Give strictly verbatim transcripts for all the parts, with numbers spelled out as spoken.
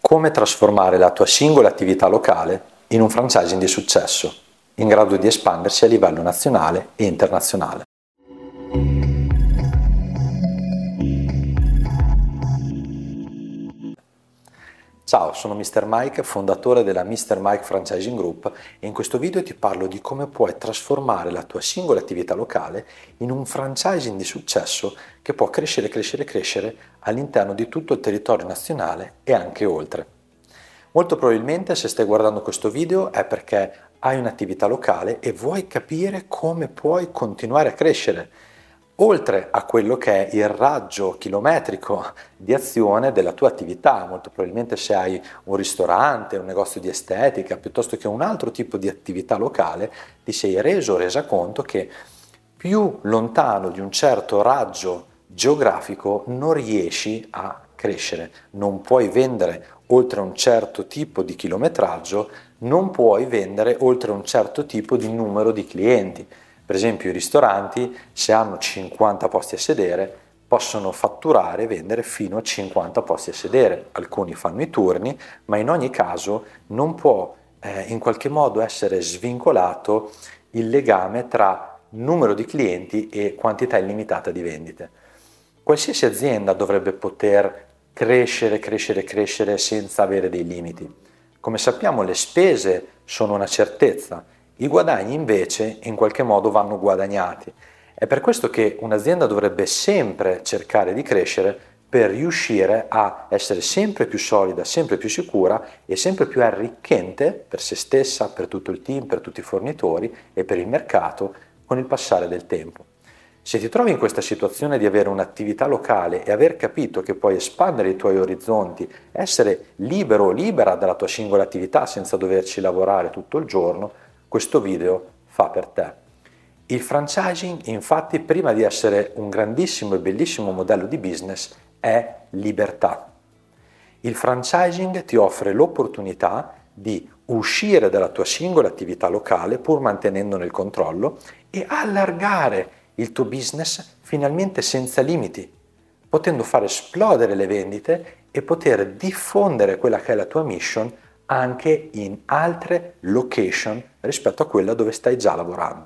Come trasformare la tua singola attività locale in un franchising di successo, in grado di espandersi a livello nazionale e internazionale. Ciao, sono mister Mike, fondatore della mister Mike Franchising Group e in questo video ti parlo di come puoi trasformare la tua singola attività locale in un franchising di successo che può crescere, crescere, crescere all'interno di tutto il territorio nazionale e anche oltre. Molto probabilmente se stai guardando questo video è perché hai un'attività locale e vuoi capire come puoi continuare a crescere oltre a quello che è il raggio chilometrico di azione della tua attività. Molto probabilmente se hai un ristorante, un negozio di estetica, piuttosto che un altro tipo di attività locale, ti sei reso o resa conto che più lontano di un certo raggio geografico non riesci a crescere, non puoi vendere oltre un certo tipo di chilometraggio, non puoi vendere oltre un certo tipo di numero di clienti. Per esempio i ristoranti, se hanno cinquanta posti a sedere, possono fatturare e vendere fino a cinquanta posti a sedere. Alcuni fanno i turni, ma in ogni caso non può eh, in qualche modo essere svincolato il legame tra numero di clienti e quantità illimitata di vendite. Qualsiasi azienda dovrebbe poter crescere, crescere, crescere senza avere dei limiti. Come sappiamo, le spese sono una certezza, i guadagni invece in qualche modo vanno guadagnati. È per questo che un'azienda dovrebbe sempre cercare di crescere per riuscire a essere sempre più solida, sempre più sicura e sempre più arricchente per se stessa, per tutto il team, per tutti i fornitori e per il mercato con il passare del tempo. Se ti trovi in questa situazione di avere un'attività locale e aver capito che puoi espandere i tuoi orizzonti, essere libero o libera dalla tua singola attività senza doverci lavorare tutto il giorno, questo video fa per te. Il franchising, infatti, prima di essere un grandissimo e bellissimo modello di business, è libertà. Il franchising ti offre l'opportunità di uscire dalla tua singola attività locale pur mantenendone il controllo e allargare il tuo business finalmente senza limiti, potendo far esplodere le vendite e poter diffondere quella che è la tua mission anche in altre location rispetto a quella dove stai già lavorando.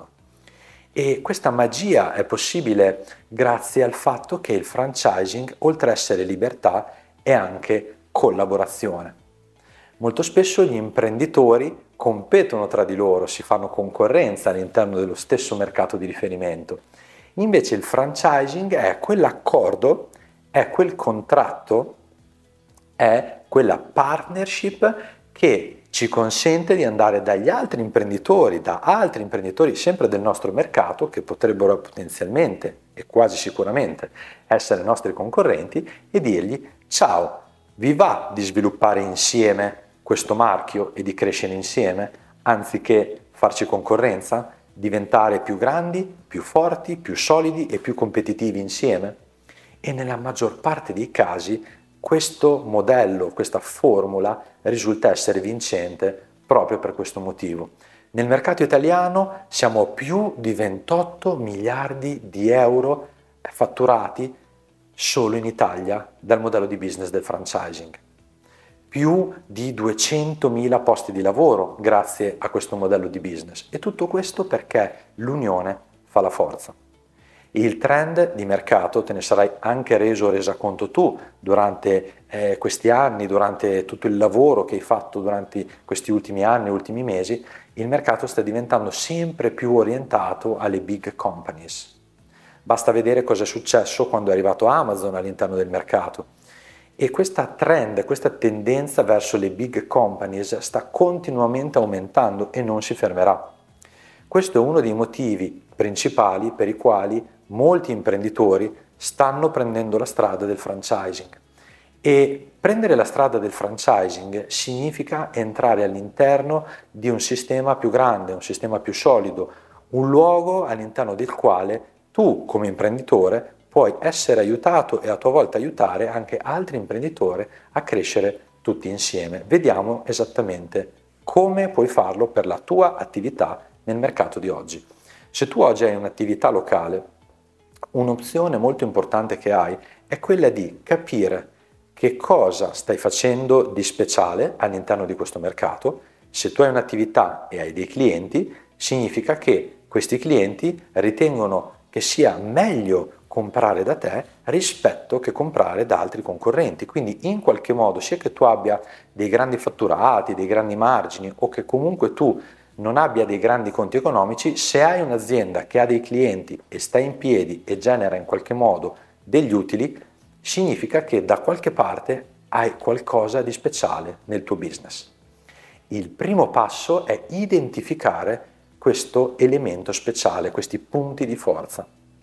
E questa magia è possibile grazie al fatto che il franchising, oltre a essere libertà, è anche collaborazione. Molto spesso gli imprenditori competono tra di loro, si fanno concorrenza all'interno dello stesso mercato di riferimento. Invece il franchising è quell'accordo, è quel contratto, è quella partnership che ci consente di andare dagli altri imprenditori, da altri imprenditori sempre del nostro mercato che potrebbero potenzialmente e quasi sicuramente essere nostri concorrenti e dirgli: ciao, vi va di sviluppare insieme questo marchio e di crescere insieme anziché farci concorrenza, diventare più grandi, più forti, più solidi e più competitivi insieme? E nella maggior parte dei casi questo modello, questa formula risulta essere vincente proprio per questo motivo. Nel mercato italiano siamo a più di ventotto miliardi di euro fatturati solo in Italia dal modello di business del franchising. Più di duecentomila posti di lavoro grazie a questo modello di business. E tutto questo perché l'unione fa la forza. Il trend di mercato te ne sarai anche reso o resa conto tu durante eh, questi anni, durante tutto il lavoro che hai fatto durante questi ultimi anni, ultimi mesi. Il mercato sta diventando sempre più orientato alle big companies. Basta vedere cosa è successo quando è arrivato Amazon all'interno del mercato. E questa trend, questa tendenza verso le big companies sta continuamente aumentando e non si fermerà. Questo è uno dei motivi principali per i quali molti imprenditori stanno prendendo la strada del franchising. E prendere la strada del franchising significa entrare all'interno di un sistema più grande, un sistema più solido, un luogo all'interno del quale tu come imprenditore puoi essere aiutato e a tua volta aiutare anche altri imprenditori a crescere tutti insieme. Vediamo esattamente come puoi farlo per la tua attività nel mercato di oggi. Se tu oggi hai un'attività locale, un'opzione molto importante che hai è quella di capire che cosa stai facendo di speciale all'interno di questo mercato. Se tu hai un'attività e hai dei clienti, significa che questi clienti ritengono che sia meglio comprare da te rispetto che comprare da altri concorrenti. Quindi in qualche modo, sia che tu abbia dei grandi fatturati, dei grandi margini o che comunque tu non abbia dei grandi conti economici, se hai un'azienda che ha dei clienti e sta in piedi e genera in qualche modo degli utili, significa che da qualche parte hai qualcosa di speciale nel tuo business. Il primo passo è identificare questo elemento speciale, questi punti di forza.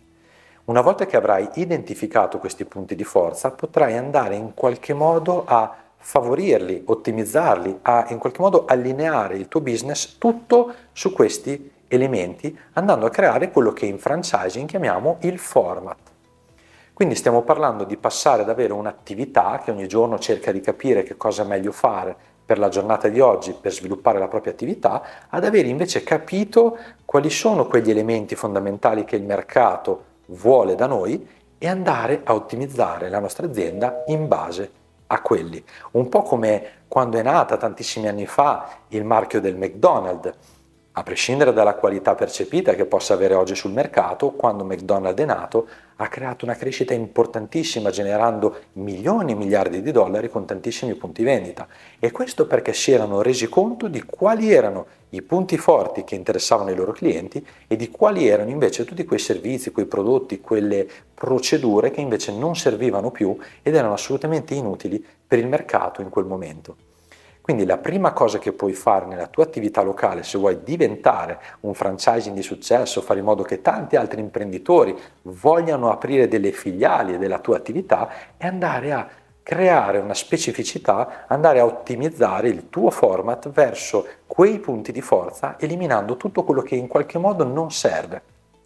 Una volta che avrai identificato questi punti di forza, potrai andare in qualche modo a favorirli, ottimizzarli, a in qualche modo allineare il tuo business tutto su questi elementi, andando a creare quello che in franchising chiamiamo il format. Quindi stiamo parlando di passare ad avere un'attività che ogni giorno cerca di capire che cosa è meglio fare per la giornata di oggi, per sviluppare la propria attività, ad avere invece capito quali sono quegli elementi fondamentali che il mercato vuole da noi e andare a ottimizzare la nostra azienda in base a quelli. Un po' come quando è nata tantissimi anni fa il marchio del McDonald's. A prescindere dalla qualità percepita che possa avere oggi sul mercato, quando McDonald's è nato ha creato una crescita importantissima generando milioni e miliardi di dollari con tantissimi punti vendita, e questo perché si erano resi conto di quali erano i punti forti che interessavano i loro clienti e di quali erano invece tutti quei servizi, quei prodotti, quelle procedure che invece non servivano più ed erano assolutamente inutili per il mercato in quel momento. Quindi la prima cosa che puoi fare nella tua attività locale, se vuoi diventare un franchising di successo, fare in modo che tanti altri imprenditori vogliano aprire delle filiali della tua attività, è andare a creare una specificità, andare a ottimizzare il tuo format verso quei punti di forza, eliminando tutto quello che in qualche modo non serve.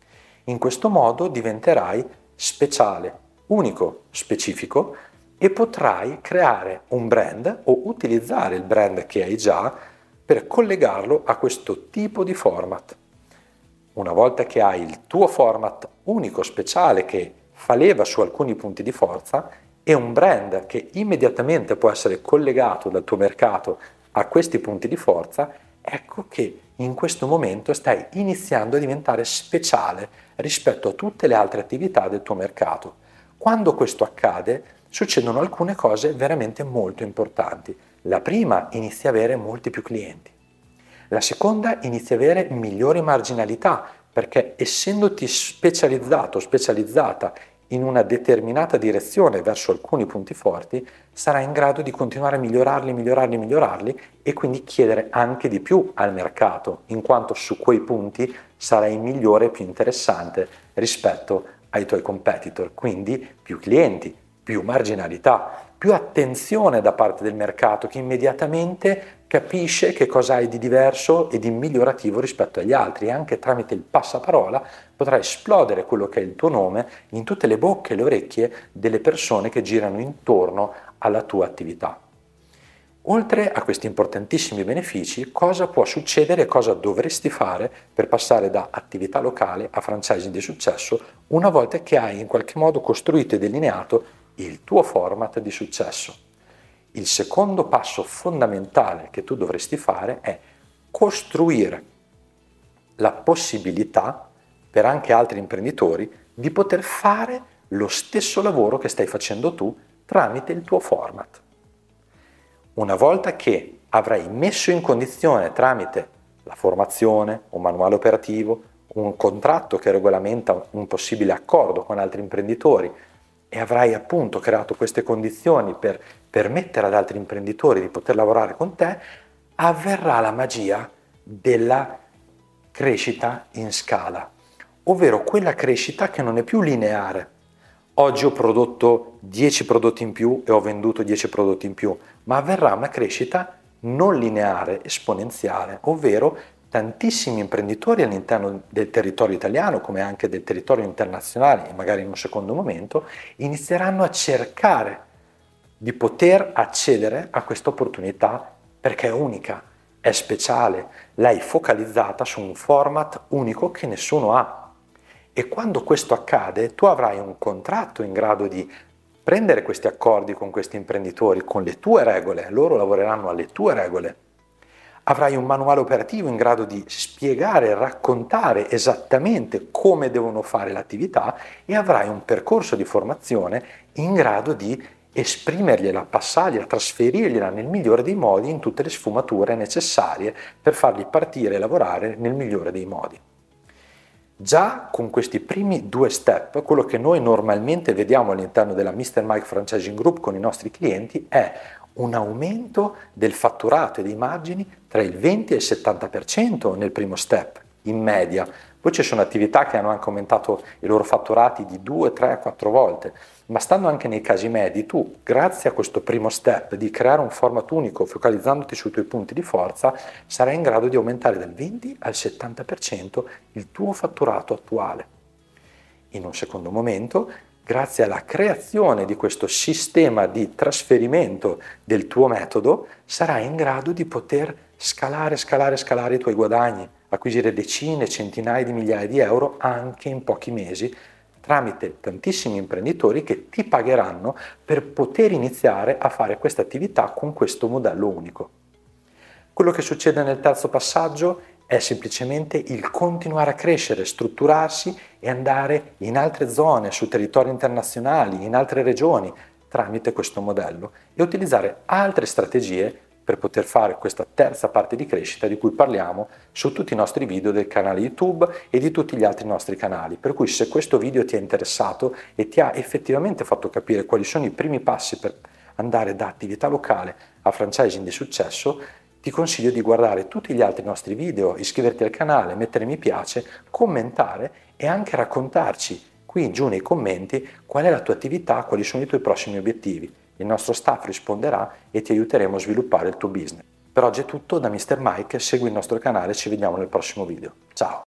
In questo modo diventerai speciale, unico, specifico, e potrai creare un brand o utilizzare il brand che hai già per collegarlo a questo tipo di format. Una volta che hai il tuo format unico, speciale, che fa leva su alcuni punti di forza, e un brand che immediatamente può essere collegato dal tuo mercato a questi punti di forza, ecco che in questo momento stai iniziando a diventare speciale rispetto a tutte le altre attività del tuo mercato. Quando questo accade, succedono alcune cose veramente molto importanti. La prima, inizi a avere molti più clienti. La seconda, inizi a avere migliori marginalità, perché essendoti specializzato o specializzata in una determinata direzione verso alcuni punti forti, sarai in grado di continuare a migliorarli, migliorarli, migliorarli e quindi chiedere anche di più al mercato, in quanto su quei punti sarai migliore e più interessante rispetto ai tuoi competitor. Quindi più clienti, più marginalità, più attenzione da parte del mercato che immediatamente capisce che cosa hai di diverso e di migliorativo rispetto agli altri, e anche tramite il passaparola potrai esplodere quello che è il tuo nome in tutte le bocche e le orecchie delle persone che girano intorno alla tua attività. Oltre a questi importantissimi benefici, cosa può succedere e cosa dovresti fare per passare da attività locale a franchising di successo una volta che hai in qualche modo costruito e delineato il tuo format di successo? Il secondo passo fondamentale che tu dovresti fare è costruire la possibilità per anche altri imprenditori di poter fare lo stesso lavoro che stai facendo tu tramite il tuo format. Una volta che avrai messo in condizione tramite la formazione, un manuale operativo, un contratto che regolamenta un possibile accordo con altri imprenditori, e avrai appunto creato queste condizioni per permettere ad altri imprenditori di poter lavorare con te, avverrà la magia della crescita in scala, ovvero quella crescita che non è più lineare. Oggi ho prodotto dieci prodotti in più e ho venduto dieci prodotti in più, ma avverrà una crescita non lineare, esponenziale, ovvero tantissimi imprenditori all'interno del territorio italiano, come anche del territorio internazionale, e magari in un secondo momento, inizieranno a cercare di poter accedere a questa opportunità perché è unica, è speciale, l'hai focalizzata su un format unico che nessuno ha. E quando questo accade, tu avrai un contratto in grado di prendere questi accordi con questi imprenditori, con le tue regole, loro lavoreranno alle tue regole. Avrai un manuale operativo in grado di spiegare e raccontare esattamente come devono fare l'attività e avrai un percorso di formazione in grado di esprimergliela, passargliela, trasferirgliela nel migliore dei modi in tutte le sfumature necessarie per farli partire e lavorare nel migliore dei modi. Già con questi primi due step, quello che noi normalmente vediamo all'interno della mister Mike Franchising Group con i nostri clienti è un aumento del fatturato e dei margini tra il venti e il settanta per cento nel primo step, in media. Poi ci sono attività che hanno anche aumentato i loro fatturati di due, tre, quattro volte, ma stando anche nei casi medi, tu, grazie a questo primo step di creare un format unico focalizzandoti sui tuoi punti di forza, sarai in grado di aumentare dal venti al settanta per cento il tuo fatturato attuale. In un secondo momento, grazie alla creazione di questo sistema di trasferimento del tuo metodo, sarai in grado di poter scalare, scalare, scalare i tuoi guadagni, acquisire decine, centinaia di migliaia di euro anche in pochi mesi, tramite tantissimi imprenditori che ti pagheranno per poter iniziare a fare questa attività con questo modello unico. Quello che succede nel terzo passaggio è semplicemente il continuare a crescere, strutturarsi e andare in altre zone, su territori internazionali, in altre regioni, tramite questo modello e utilizzare altre strategie per poter fare questa terza parte di crescita di cui parliamo su tutti i nostri video del canale YouTube e di tutti gli altri nostri canali. Per cui se questo video ti è interessato e ti ha effettivamente fatto capire quali sono i primi passi per andare da attività locale a franchising di successo, ti consiglio di guardare tutti gli altri nostri video, iscriverti al canale, mettere mi piace, commentare e anche raccontarci qui giù nei commenti qual è la tua attività, quali sono i tuoi prossimi obiettivi. Il nostro staff risponderà e ti aiuteremo a sviluppare il tuo business. Per oggi è tutto da mister Mike, segui il nostro canale e ci vediamo nel prossimo video. Ciao!